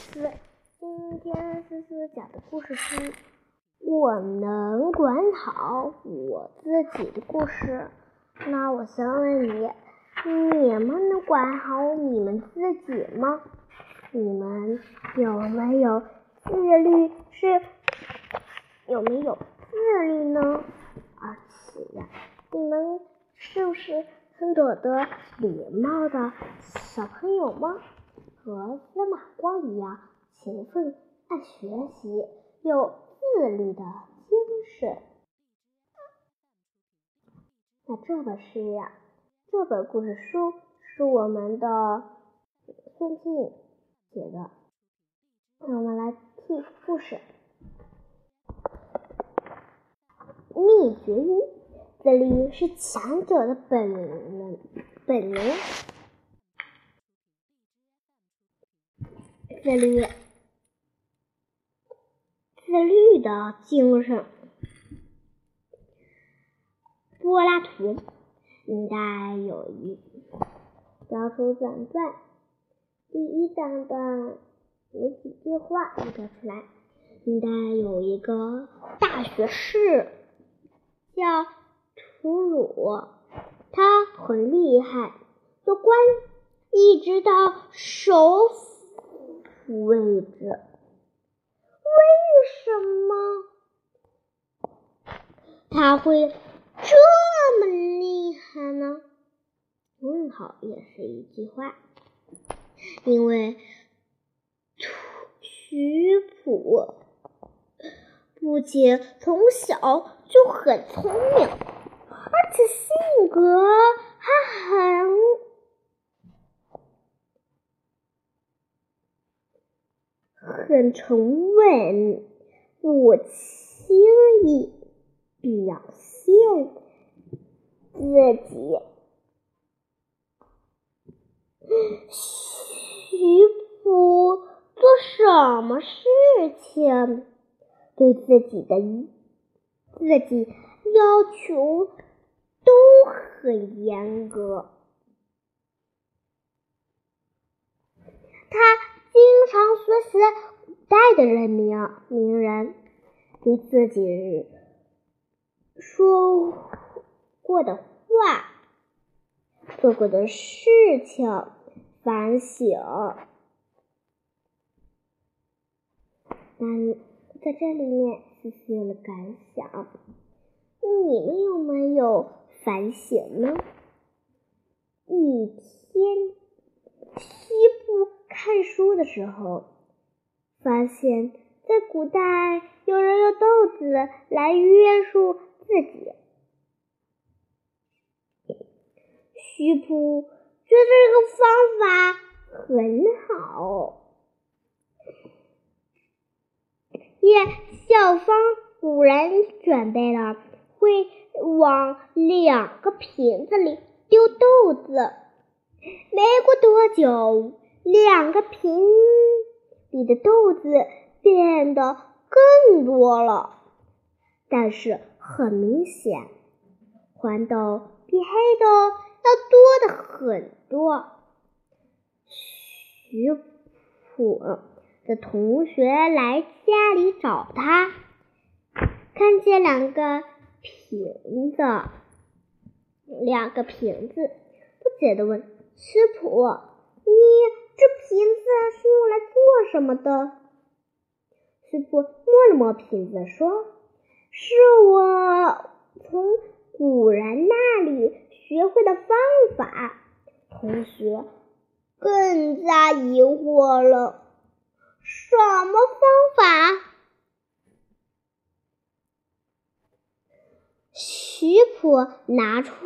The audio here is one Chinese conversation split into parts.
思。今天思思讲的故事是我能管好我自己的故事。那我想问你，你们能管好你们自己吗？你们有没有自律呢？而且呀，你们是不是很懂得礼貌的小朋友吗？和司马光一样勤奋爱学习，有自律的精神。那这本故事书是我们的孙静写的。那我们来听故事。秘诀一：自律是强者的本能。自律的精神。柏拉图明代有一小说转传，第一章的有几句话我找出来。明代有一个大学士叫楚鲁，他很厉害，做官一直到首辅位置。为什么他会这么厉害呢？问号也是一句话。因为徐溥不仅从小就很聪明，而且性格还很沉稳，不轻易表现自己。徐溥做什么事情对自己要求都很严格。他经常学习古代的名人对自己说过的话、做过的事情反省。在这里面思思有了感想，你们有没有反省呢？一天，徐溥看书的时候，发现在古代有人用豆子来约束自己。徐溥觉得这个方法很好，也效仿古人准备了会往2个瓶子里丢豆子。没过多久，2个瓶里的豆子变得更多了，但是很明显，黄豆比黑豆要多的很多。徐溥的同学来家里找他，看见2个瓶子，不解地问徐溥：“你这瓶子是用来做什么的？”徐溥摸了摸瓶子说：“是我从古人那里学会的方法。”同学更加疑惑了，什么方法？徐溥拿出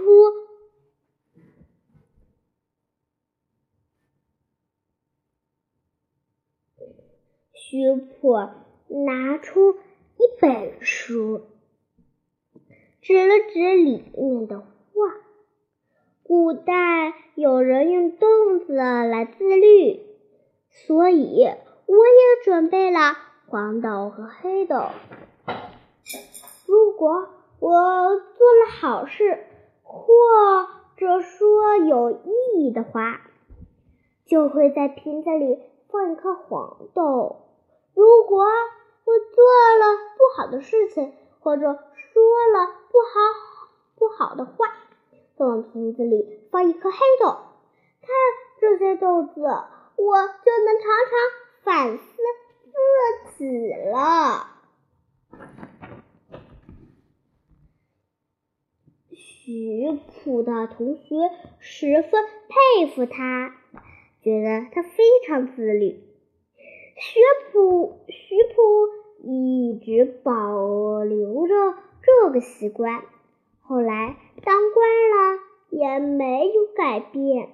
一本书，指了指里面的话。古代有人用豆子来自律，所以我也准备了黄豆和黑豆。如果我做了好事，或者说有意义的话，就会在瓶子里放一颗黄豆。如果我做了不好的事情，或者说了不好的话，就往瓶子里放一颗黑豆。看这些豆子，我就能常常反思自己了。徐普的同学十分佩服他，觉得他非常自律。徐普一直保留着这个习惯，后来当官了也没有改变。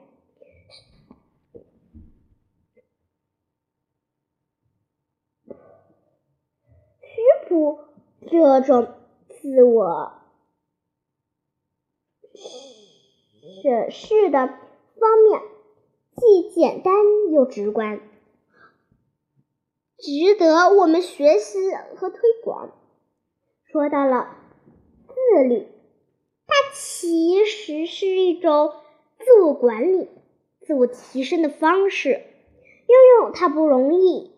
徐普这种自我审视的方面既简单又直观，值得我们学习和推广。说到了自律，它其实是一种自我管理、自我提升的方式。拥有它不容易，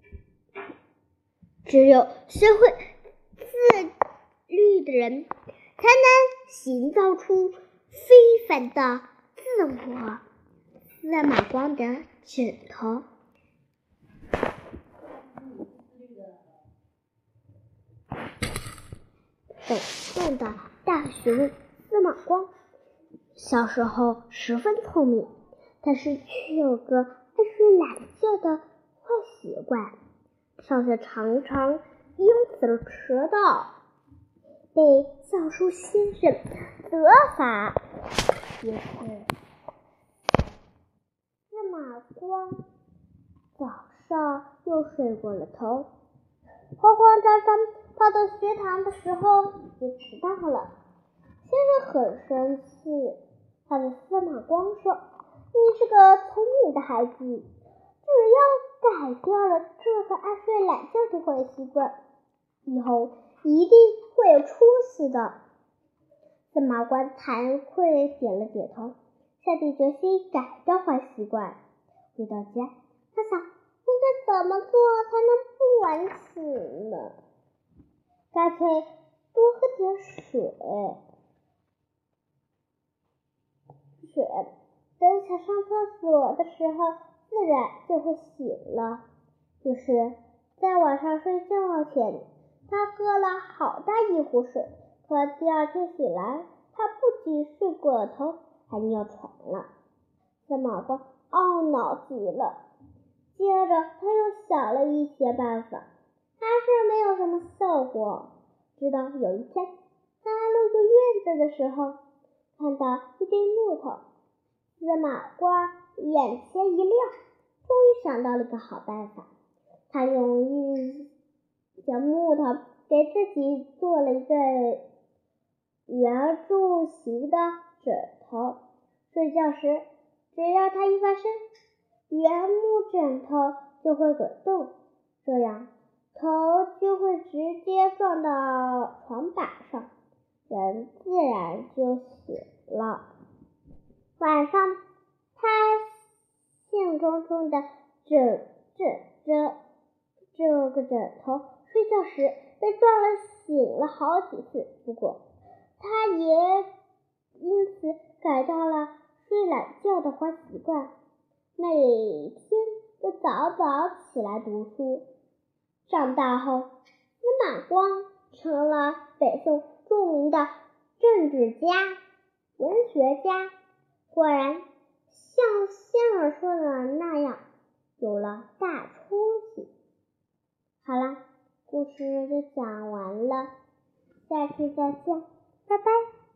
只有学会自律的人，才能营造出非凡的自我。司马光的枕头。北宋的大学问司马光小时候十分聪明，但是却有个爱睡懒觉的坏习惯，上学常常因此而迟到，被教书先生责罚。于是司马光早上又睡过了头，慌慌张张跑到学堂的时候也迟到了。先生很生气，他对司马光说：“你是个聪明的孩子，只要改掉了这个爱睡懒觉的坏习惯，以后一定会有出息的。”司马光惭愧点了点头，下定决心改掉坏习惯。回到家，他想应该怎么做才能不晚起呢？干脆多喝点水，等想上厕所的时候自然就会醒了。于是在晚上睡觉前，他喝了好大一壶水，可第二天醒来，他不仅睡过了头，还尿床了。司马光懊恼极了，接着他又想了一些办法，还是没有什么效果。直到有一天，他路过院子的时候，看到一堆木头，司马光眼前一亮，终于想到了个好办法。他用一截木头给自己做了一个圆柱形的枕头，睡觉时只要他一翻身，圆木枕头就会滚动，这样头就会直接撞到床板上，人自然就醒了。晚上他兴冲冲地这个枕头，睡觉时被撞了醒了好几次，不过他也因此改掉了睡懒觉的坏习惯，每天都早早起来读书。长大后，司马光成了北宋著名的政治家、文学家，果然像仙儿说的那样，有了大出息。好了，故事就讲完了，下期再见，拜拜。